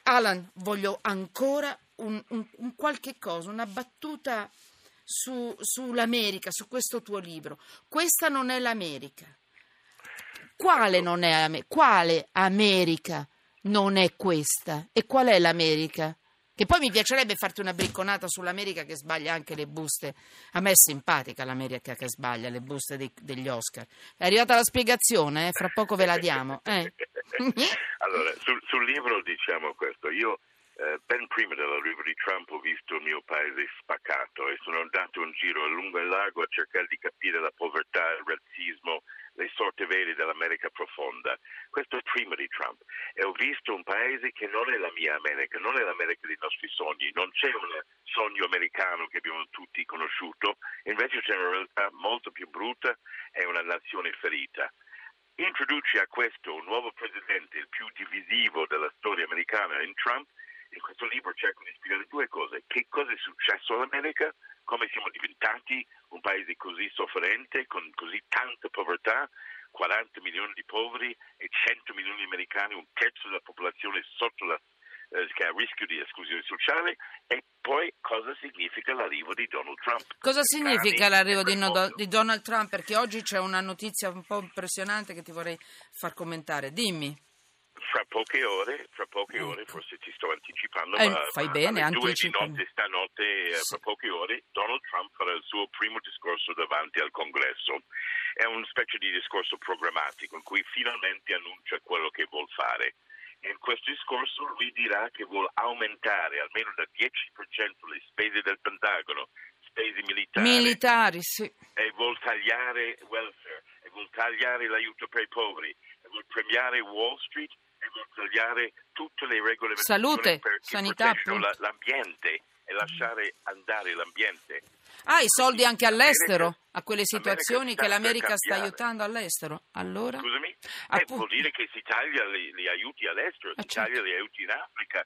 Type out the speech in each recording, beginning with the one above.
Alan, voglio ancora un qualche cosa, una battuta sull'America, su questo tuo libro. Questa non è l'America. Quale non è quale America non è questa? E qual è l'America? Che poi mi piacerebbe farti una bricconata sull'America che sbaglia anche le buste. A me è simpatica l'America che sbaglia le buste degli Oscar. È arrivata la spiegazione, fra poco ve la diamo. Allora, sul libro diciamo questo. Io ben prima dell'arrivo di Trump ho visto il mio paese spaccato e sono andato in giro a lungo e largo a cercare di capire la povertà, il razzismo, le sorti vere dell'America profonda. Questo è prima di Trump. E ho visto un paese che non è la mia America, non è l'America dei nostri sogni, non c'è un sogno americano che abbiamo tutti conosciuto, invece c'è una realtà molto più brutta e una nazione ferita. Introduce a questo un nuovo presidente, il più divisivo della storia americana, in Trump. In questo libro cerco di spiegare due cose: che cosa è successo all'America, come siamo diventati un paese così sofferente, con così tanta povertà, 40 milioni di poveri e 100 milioni di americani, un terzo della popolazione sotto che è a rischio di esclusione sociale, e poi cosa significa l'arrivo di Donald Trump. Cosa significa l'arrivo di Donald Trump? Perché oggi c'è una notizia un po' impressionante che ti vorrei far commentare. Dimmi. Fra poche ore, forse ti sto anticipando, ma fai bene, alle 2 di anticipami. notte stanotte, Sì. fra poche ore, Donald Trump farà il suo primo discorso davanti al Congresso. È una specie di discorso programmatico in cui finalmente annuncia quello che vuol fare. In questo discorso lui dirà che vuol aumentare almeno del 10% le spese del Pentagono, spese militari, sì. E vuol tagliare welfare, e vuol tagliare l'aiuto per i poveri, e vuol premiare Wall Street, e vuol tagliare tutte le regole salute, sanità, proteggono l'ambiente e lasciare andare l'ambiente. I soldi anche all'estero, a quelle situazioni che l'America sta aiutando all'estero. Allora? Scusami? Vuol dire che si taglia gli aiuti all'estero, taglia gli aiuti in Africa.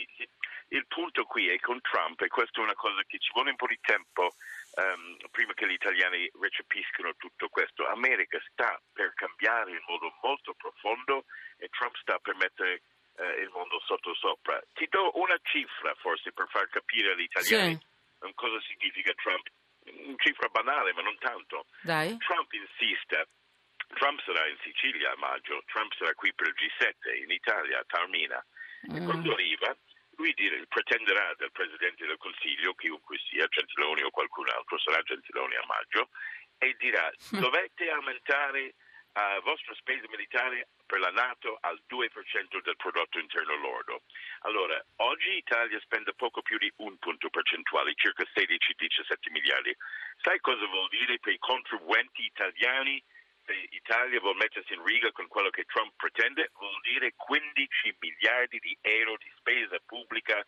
Il punto qui è con Trump, e questa è una cosa che ci vuole un po' di tempo prima che gli italiani recepiscano tutto questo. America sta per cambiare in modo molto profondo e Trump sta per mettere il mondo sottosopra. Ti do una cifra forse per far capire agli italiani cosa significa Trump. Una cifra banale, ma non tanto. Dai. Trump insiste. Trump sarà in Sicilia a maggio, Trump sarà qui per il G7 in Italia, a Taormina. E quando arriva, lui pretenderà dal Presidente del Consiglio, chiunque sia, Gentiloni o qualcun altro, sarà Gentiloni a maggio, e dirà: dovete aumentare la vostra spesa militare per la NATO al 2% del prodotto interno lordo. Allora, oggi l'Italia spende poco più di 1 punto percentuale, circa 16-17 miliardi. Sai cosa vuol dire per i contribuenti italiani? Se l'Italia vuol mettersi in riga con quello che Trump pretende, vuol dire 15 miliardi di euro di spesa pubblica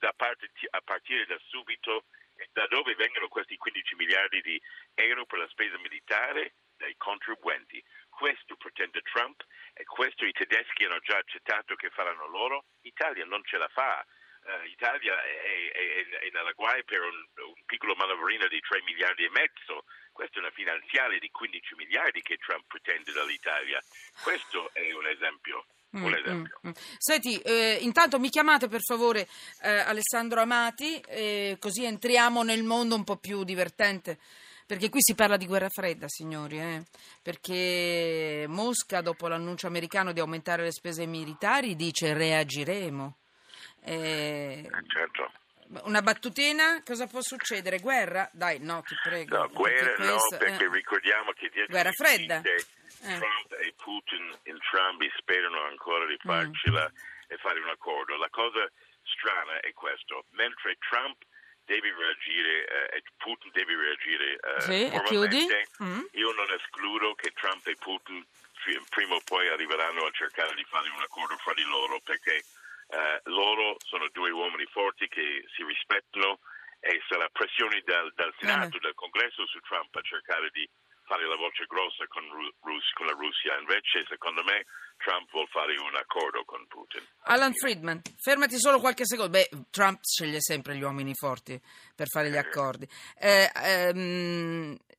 a partire da subito. E da dove vengono questi 15 miliardi di euro per la spesa militare? Dai contribuenti. Questo pretende Trump e questo i tedeschi hanno già accettato che faranno loro. L'Italia non ce la fa. L'Italia è nella guai per un piccolo manovrino di 3 miliardi e mezzo. Questa è una finanziaria di 15 miliardi che Trump pretende dall'Italia. Questo è un esempio. Senti, intanto mi chiamate per favore Alessandro Amati, così entriamo nel mondo un po' più divertente, perché qui si parla di guerra fredda, signori, perché Mosca, dopo l'annuncio americano di aumentare le spese militari, dice reagiremo. Certo. Una battutina? Cosa può succedere? Guerra? Dai, no, ti prego. No, guerra perché ricordiamo che dietro guerra fredda. Trump e Putin entrambi sperano ancora di farcela e fare un accordo. La cosa strana è questo: mentre Trump deve reagire e Putin deve reagire formalmente, io non escludo che Trump e Putin prima o poi arriveranno a cercare di fare un accordo fra di loro, perché loro sono due uomini forti che si rispettano, e se la pressione dal Senato, dal Congresso su Trump a cercare di fare la voce grossa con la Russia, invece secondo me Trump vuol fare un accordo con Putin. Alan Friedman, fermati solo qualche secondo. Trump sceglie sempre gli uomini forti per fare gli accordi.